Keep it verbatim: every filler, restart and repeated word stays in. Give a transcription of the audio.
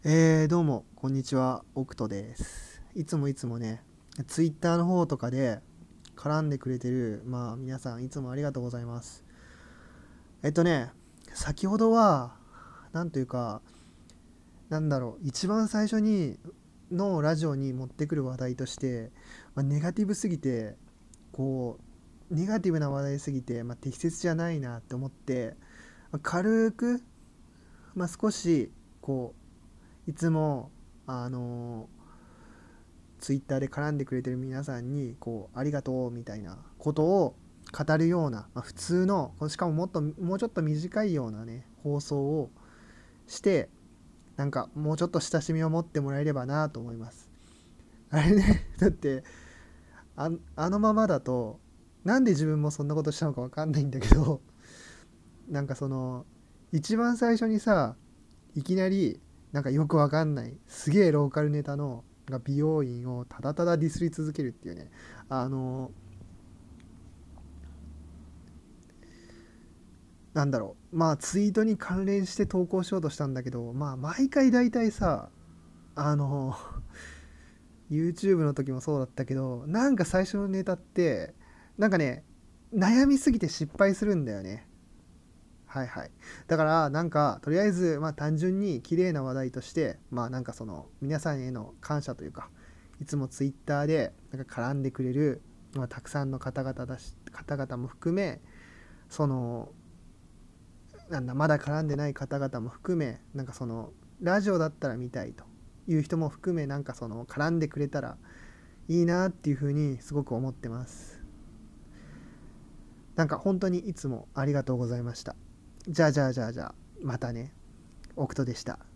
えー、どうも、こんにちは、オクトです。いつもいつもね、ツイッターの方とかで絡んでくれてる、まあ皆さんいつもありがとうございます。えっとね、先ほどは、なんというか、なんだろう、一番最初にのラジオに持ってくる話題として、まあ、ネガティブすぎて、こう、ネガティブな話題すぎて、まあ、適切じゃないなって思って、まあ軽く、まあ、少し、こう、いつも、あのーツイッターで絡んでくれてる皆さんにこうありがとうみたいなことを語るような、まあ、普通のしかももっともうちょっと短いようなね放送をして、なんかもうちょっと親しみを持ってもらえればなと思います。あれねだってああのままだとなんで自分もそんなことしたのか分かんないんだけど、なんかその一番最初にさ、いきなりなんかよくわかんないすげえローカルネタの美容院をただただディスり続けるっていうね、あのなんだろう、まあツイートに関連して投稿しようとしたんだけど、まあ毎回大体さ、あの YouTube の時もそうだったけど、なんか最初のネタってなんかね、悩みすぎて失敗するんだよね。はいはい。だからなんかとりあえずまあ単純に綺麗な話題として、まあなんかその皆さんへの感謝というか、いつもツイッターでなんか絡んでくれる、まあ、たくさんの方々だし方々も含め、そのなんだまだ絡んでない方々も含め、なんかそのラジオだったら見たいという人も含め、なんかその絡んでくれたらいいなっていうふうにすごく思ってます。なんか本当にいつもありがとうございました。じゃあじゃあじゃあじゃあまたね。オクトでした。